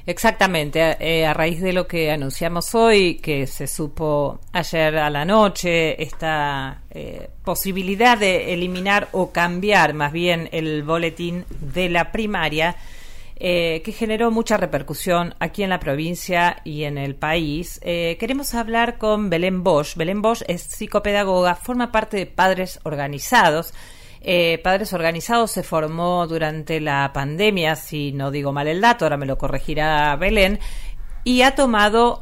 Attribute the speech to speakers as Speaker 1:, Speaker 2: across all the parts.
Speaker 1: Exactamente, a raíz de lo que anunciamos hoy, que se supo ayer a la noche, esta posibilidad de eliminar o cambiar más bien el boletín de la primaria, que generó mucha repercusión aquí en la provincia y en el país. Queremos hablar con Belén Bosch. Belén Bosch es psicopedagoga, forma parte de Padres Organizados. Padres Organizados se formó durante la pandemia, si no digo mal el dato, ahora me lo corregirá Belén, y ha tomado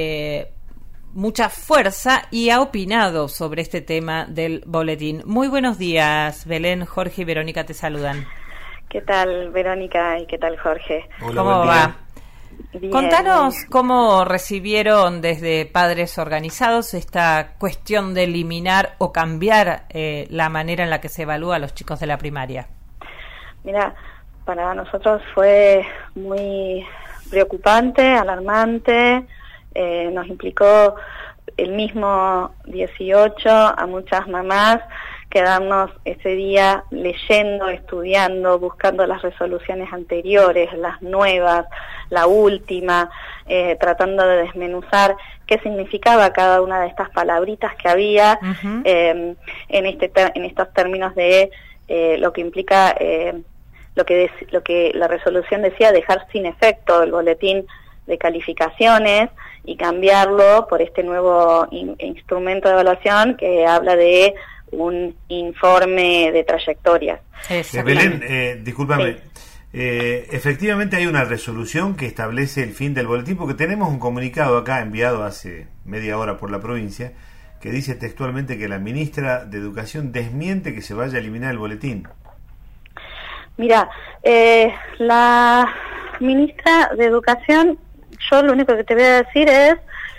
Speaker 1: mucha fuerza y ha opinado sobre este tema del boletín. Muy buenos días, Belén. Jorge y Verónica te saludan.
Speaker 2: ¿Qué tal, Verónica? ¿Y qué tal, Jorge?
Speaker 1: Hola, ¿cómo va? Bien. Contanos cómo recibieron desde Padres Organizados esta cuestión de eliminar o cambiar la manera en la que se evalúa a los chicos de la primaria.
Speaker 2: Mira, para nosotros fue muy preocupante, alarmante, nos implicó el mismo 18 a muchas mamás quedarnos ese día leyendo, estudiando, buscando las resoluciones anteriores, las nuevas, la última, tratando de desmenuzar qué significaba cada una de estas palabritas que había en estos términos de lo que implica lo que la resolución decía, dejar sin efecto el boletín de calificaciones y cambiarlo por este nuevo instrumento de evaluación que habla de un informe de trayectorias.
Speaker 3: Belén, discúlpame, sí. Efectivamente hay una resolución que establece el fin del boletín, porque tenemos un comunicado acá enviado hace media hora por la provincia que dice textualmente que la ministra de Educación desmiente que se vaya a eliminar el boletín.
Speaker 2: Mira, la ministra de Educación, yo lo único que te voy a decir es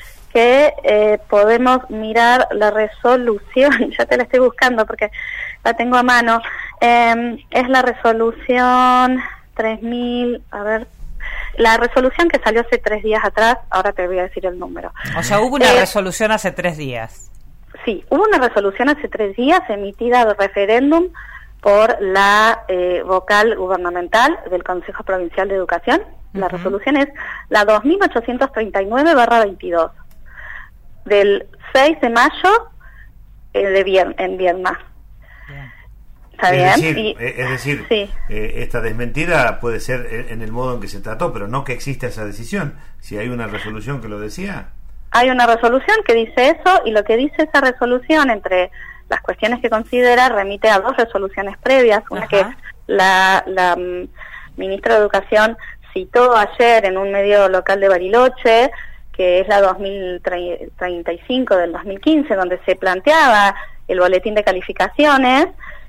Speaker 2: que podemos mirar la resolución, ya te la estoy buscando porque la tengo a mano, es la resolución 3000, a ver, la resolución que salió hace 3 días atrás, ahora te voy a decir el número.
Speaker 1: O sea, hubo una resolución hace 3 días.
Speaker 2: Sí, hubo una resolución hace 3 días emitida de referéndum por la vocal gubernamental del Consejo Provincial de Educación. La resolución es la 2839/22. Del 6 de mayo en Vierma. ¿Está bien?
Speaker 3: Es decir,
Speaker 2: sí.
Speaker 3: Esta desmentida puede ser en el modo en que se trató, pero no que exista esa decisión. Si hay una resolución que lo decía.
Speaker 2: Hay una resolución que dice eso, y lo que dice esa resolución, entre las cuestiones que considera, remite a 2 resoluciones previas. Una que la ministra de Educación citó ayer en un medio local de Bariloche, que es la 2035 del 2015, donde se planteaba el boletín de calificaciones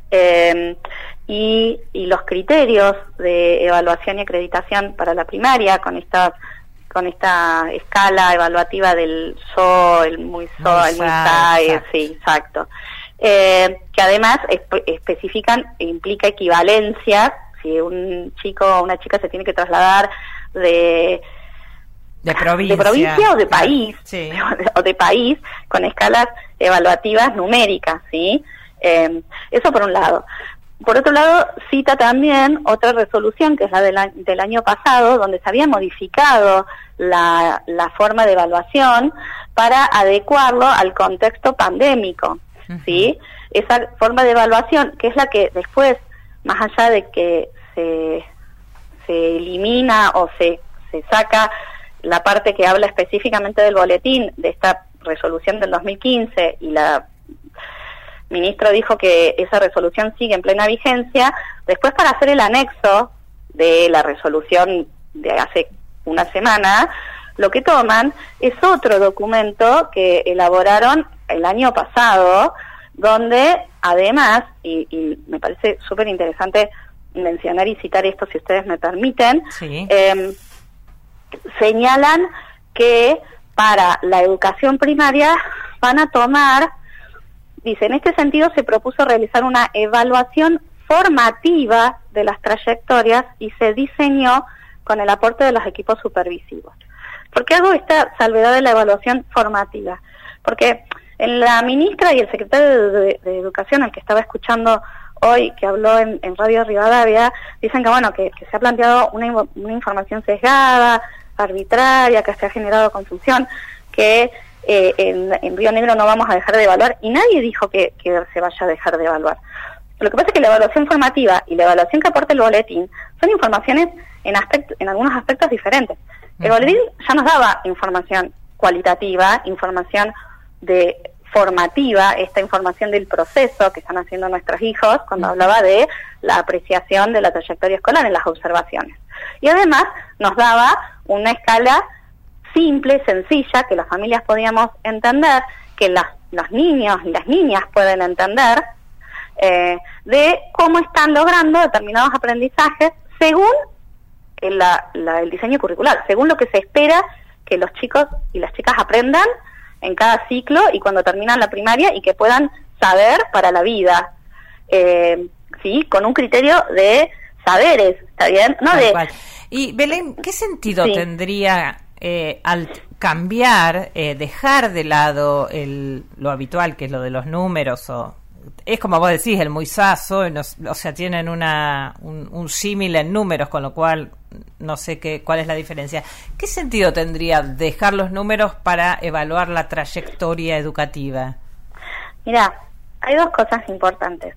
Speaker 2: y los criterios de evaluación y acreditación para la primaria, con esta escala evaluativa del SO, el muy SO, el muy SAE, sí, exacto. Que además especifican e implica equivalencias. Si un chico o una chica se tiene que trasladar de provincia o de país, sí. O de país, con escalas evaluativas numéricas, ¿sí? Eso por un lado. Por otro lado, cita también otra resolución, que es la del año pasado, donde se había modificado la forma de evaluación para adecuarlo al contexto pandémico, ¿sí? Esa forma de evaluación, que es la que después, más allá de que se elimina o se saca la parte que habla específicamente del boletín de esta resolución del 2015, y la ministra dijo que esa resolución sigue en plena vigencia, después para hacer el anexo de la resolución de hace una semana, lo que toman es otro documento que elaboraron el año pasado, donde además, y me parece súper interesante mencionar y citar esto si ustedes me permiten, sí. Señalan que para la educación primaria van a tomar, dice, en este sentido se propuso realizar una evaluación formativa de las trayectorias y se diseñó con el aporte de los equipos supervisivos. ¿Por qué hago esta salvedad de la evaluación formativa? Porque la ministra y el secretario de Educación, al que estaba escuchando hoy, que habló en Radio Rivadavia, dicen que bueno, que se ha planteado una información sesgada, arbitraria, que se ha generado confusión, que en Río Negro no vamos a dejar de evaluar, y nadie dijo que se vaya a dejar de evaluar. Lo que pasa es que la evaluación formativa y la evaluación que aporta el boletín son informaciones en algunos aspectos diferentes. El boletín ya nos daba información cualitativa, información formativa, esta información del proceso que están haciendo nuestros hijos, cuando hablaba de la apreciación de la trayectoria escolar en las observaciones. Y además nos daba una escala simple, sencilla, que las familias podíamos entender, que los niños y las niñas pueden entender, de cómo están logrando determinados aprendizajes según el diseño curricular, según lo que se espera que los chicos y las chicas aprendan en cada ciclo y cuando terminan la primaria, y que puedan saber para la vida, sí, con un criterio de saberes, ¿está bien? No de...
Speaker 1: Y Belén, ¿qué sentido tendría al cambiar, dejar de lado lo habitual, que es lo de los números, es como vos decís, el muizazo, o sea, tienen un símil en números, con lo cual no sé cuál es la diferencia. ¿Qué sentido tendría dejar los números para evaluar la trayectoria educativa?
Speaker 2: Mira, hay dos cosas importantes.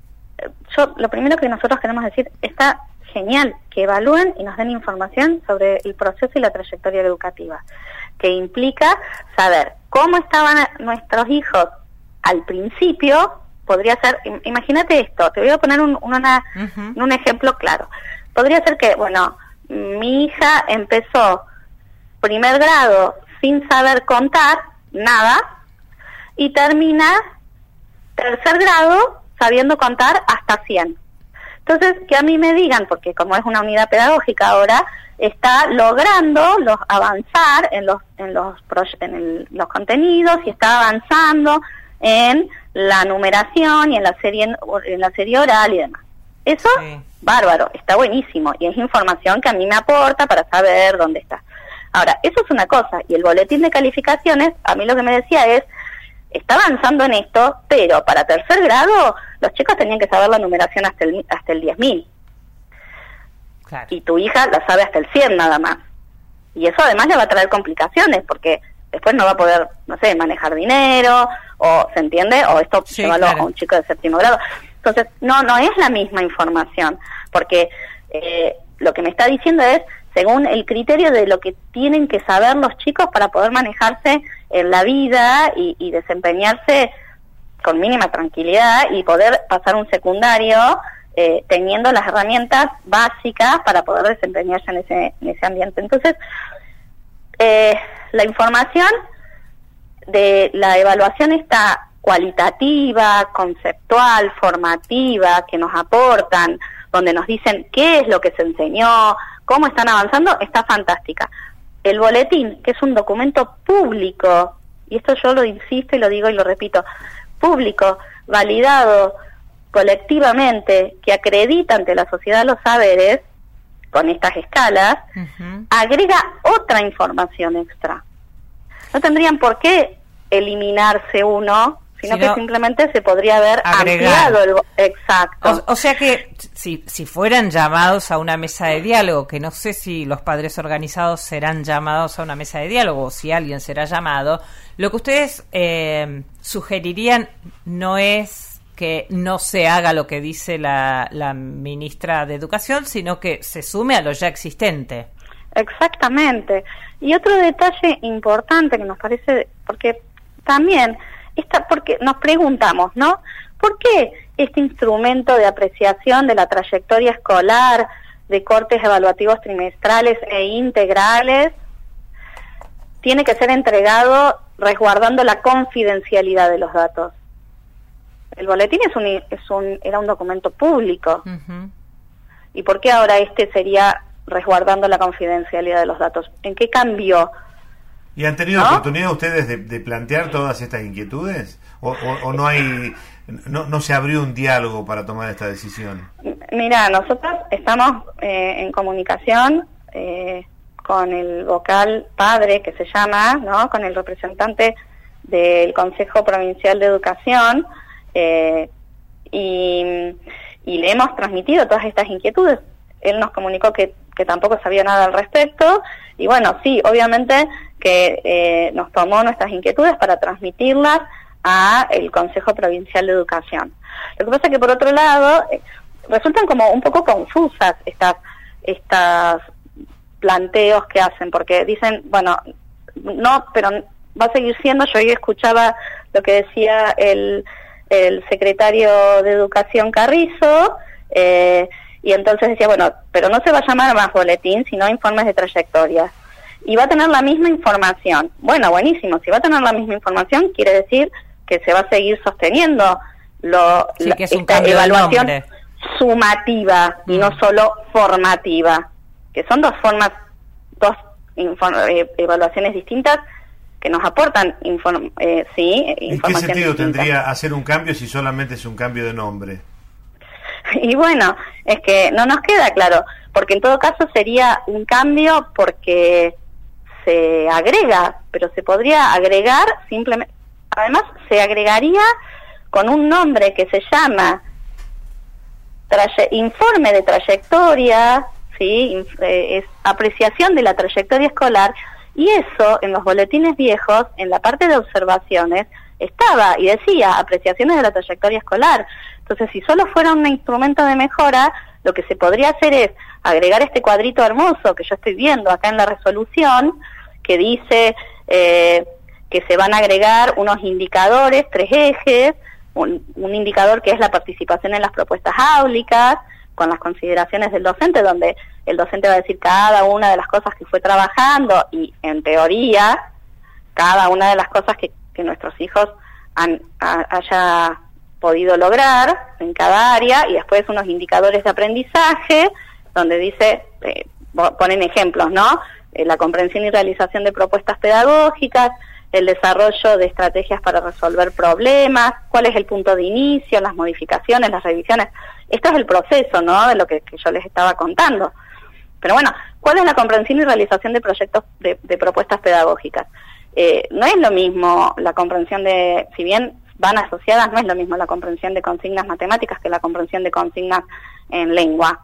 Speaker 2: Lo primero que nosotros queremos decir, está genial que evalúen y nos den información sobre el proceso y la trayectoria educativa, que implica saber cómo estaban nuestros hijos al principio. Podría ser, imagínate esto, te voy a poner un ejemplo claro. Podría ser que, bueno, mi hija empezó primer grado sin saber contar nada y termina tercer grado sabiendo contar hasta 100. Entonces, que a mí me digan, porque como es una unidad pedagógica ahora, está logrando avanzar en los contenidos y está avanzando en la numeración y en la serie oral y demás. Eso, bárbaro, está buenísimo, y es información que a mí me aporta para saber dónde está. Ahora, eso es una cosa, y el boletín de calificaciones, a mí lo que me decía es, está avanzando en esto, pero para tercer grado, los chicos tenían que saber la numeración hasta el 10.000.
Speaker 1: Claro.
Speaker 2: Y tu hija la sabe hasta el 100 nada más. Y eso además le va a traer complicaciones, porque después no va a poder, no sé, manejar dinero, o ¿se entiende? O esto se evalúa a un chico de séptimo grado. Entonces, no es la misma información, porque lo que me está diciendo es, según el criterio de lo que tienen que saber los chicos para poder manejarse en la vida y desempeñarse con mínima tranquilidad y poder pasar un secundario teniendo las herramientas básicas para poder desempeñarse en ese ambiente. Entonces, la información de la evaluación está cualitativa, conceptual, formativa, que nos aportan, donde nos dicen qué es lo que se enseñó, cómo están avanzando, está fantástica. El boletín, que es un documento público, y esto yo lo insisto y lo digo y lo repito, público, validado colectivamente, que acredita ante la sociedad los saberes, con estas escalas, agrega otra información extra. No tendrían por qué eliminarse uno, sino que simplemente se podría haber ampliado exacto.
Speaker 1: O sea que si fueran llamados a una mesa de diálogo, que no sé si los padres organizados serán llamados a una mesa de diálogo o si alguien será llamado, lo que ustedes sugerirían no es que no se haga lo que dice la ministra de Educación, sino que se sume a lo ya existente.
Speaker 2: Exactamente. Y otro detalle importante que nos parece, porque también porque nos preguntamos, ¿no? ¿Por qué este instrumento de apreciación de la trayectoria escolar, de cortes evaluativos trimestrales e integrales, tiene que ser entregado resguardando la confidencialidad de los datos? El boletín era un documento público. ¿Y por qué ahora sería resguardando la confidencialidad de los datos? ¿En qué cambió?
Speaker 3: ¿Y han tenido oportunidad ustedes de plantear todas estas inquietudes? ¿O no se abrió un diálogo para tomar esta decisión?
Speaker 2: Mira, nosotros estamos en comunicación con el vocal padre, que se llama, ¿no? Con el representante del Consejo Provincial de Educación, y le hemos transmitido todas estas inquietudes. Él nos comunicó que que tampoco sabía nada al respecto, y bueno, sí, obviamente que nos tomó nuestras inquietudes para transmitirlas a el Consejo Provincial de Educación. Lo que pasa es que por otro lado, resultan como un poco confusas estas planteos que hacen, porque dicen, bueno, no, pero va a seguir siendo. Yo hoy escuchaba lo que decía el secretario de Educación Carrizo, y entonces decía, bueno, pero no se va a llamar más boletín, sino informes de trayectorias. Y va a tener la misma información. Bueno, buenísimo, si va a tener la misma información, quiere decir que se va a seguir sosteniendo esta evaluación sumativa y no solo formativa, que son dos evaluaciones distintas que nos aportan información.
Speaker 3: ¿En qué sentido tendría hacer un cambio si solamente es un cambio de nombre?
Speaker 2: Y bueno, es que no nos queda claro, porque en todo caso sería un cambio porque se agrega, pero se podría agregar simplemente, además se agregaría con un nombre que se llama informe de trayectoria, ¿sí? Es apreciación de la trayectoria escolar, y eso en los boletines viejos, en la parte de observaciones, estaba y decía apreciaciones de la trayectoria escolar. Entonces, si solo fuera un instrumento de mejora, lo que se podría hacer es agregar este cuadrito hermoso que yo estoy viendo acá en la resolución, que dice que se van a agregar unos indicadores, 3 ejes, un indicador que es la participación en las propuestas áulicas, con las consideraciones del docente, donde el docente va a decir cada una de las cosas que fue trabajando y, en teoría, cada una de las cosas que nuestros hijos haya podido lograr en cada área, y después unos indicadores de aprendizaje, donde dice, ponen ejemplos, ¿no? La comprensión y realización de propuestas pedagógicas, el desarrollo de estrategias para resolver problemas, cuál es el punto de inicio, las modificaciones, las revisiones. Esto es el proceso, ¿no?, de lo que yo les estaba contando. Pero bueno, ¿cuál es la comprensión y realización de proyectos de propuestas pedagógicas? No es lo mismo la comprensión si bien van asociadas, no es lo mismo la comprensión de consignas matemáticas que la comprensión de consignas en lengua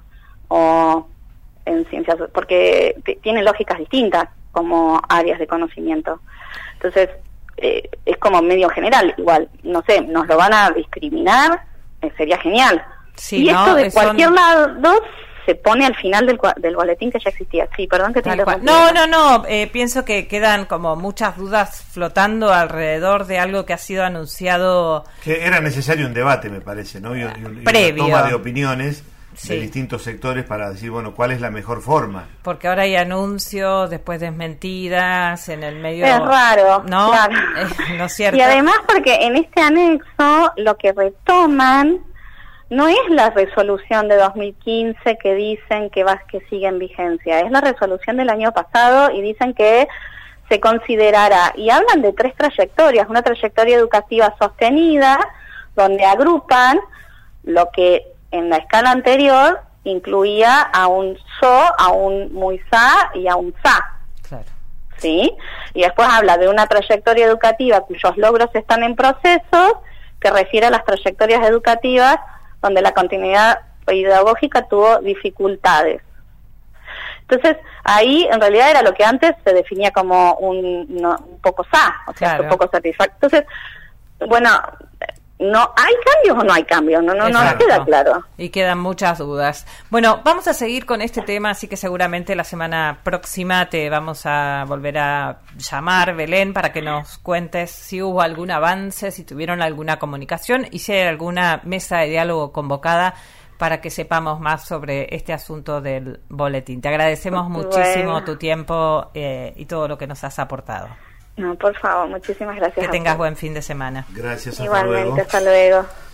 Speaker 2: o en ciencias, porque tienen lógicas distintas como áreas de conocimiento. Entonces, es como medio general, igual, no sé, nos lo van a discriminar, sería genial.
Speaker 1: Sí,
Speaker 2: y esto de cualquier lado se pone al final del boletín que ya existía. Sí, perdón que te interrumpí.
Speaker 1: No, pienso que quedan como muchas dudas flotando alrededor de algo que ha sido anunciado.
Speaker 3: Que era necesario un debate, me parece, ¿no? Y una toma de opiniones de distintos sectores para decir, bueno, ¿cuál es la mejor forma?
Speaker 1: Porque ahora hay anuncios, después desmentidas, en el medio...
Speaker 2: Es raro,
Speaker 1: ¿no?
Speaker 2: Claro.
Speaker 1: ¿No es cierto?
Speaker 2: Y además porque en este anexo lo que retoman no es la resolución de 2015 que dicen que sigue en vigencia, es la resolución del año pasado, y dicen que se considerará, y hablan de 3 trayectorias, una trayectoria educativa sostenida, donde agrupan lo que en la escala anterior incluía a un SO, a un MUISA y a un SA.
Speaker 1: Claro.
Speaker 2: ¿Sí? Y después habla de una trayectoria educativa cuyos logros están en procesos, que refiere a las trayectorias educativas donde la continuidad pedagógica tuvo dificultades. Entonces, ahí en realidad era lo que antes se definía como un poco SA, o sea, un poco satisfactorio. Entonces, bueno, ¿no hay cambios o no hay cambios? No nos queda claro.
Speaker 1: Y quedan muchas dudas. Bueno, vamos a seguir con este tema, así que seguramente la semana próxima te vamos a volver a llamar, Belén, para que nos cuentes si hubo algún avance, si tuvieron alguna comunicación y si hay alguna mesa de diálogo convocada para que sepamos más sobre este asunto del boletín. Te agradecemos muchísimo tu tiempo y todo lo que nos has aportado.
Speaker 2: No, por favor, muchísimas gracias.
Speaker 1: Que tengas buen fin de semana.
Speaker 3: Gracias,
Speaker 2: hasta luego. Igualmente, hasta luego.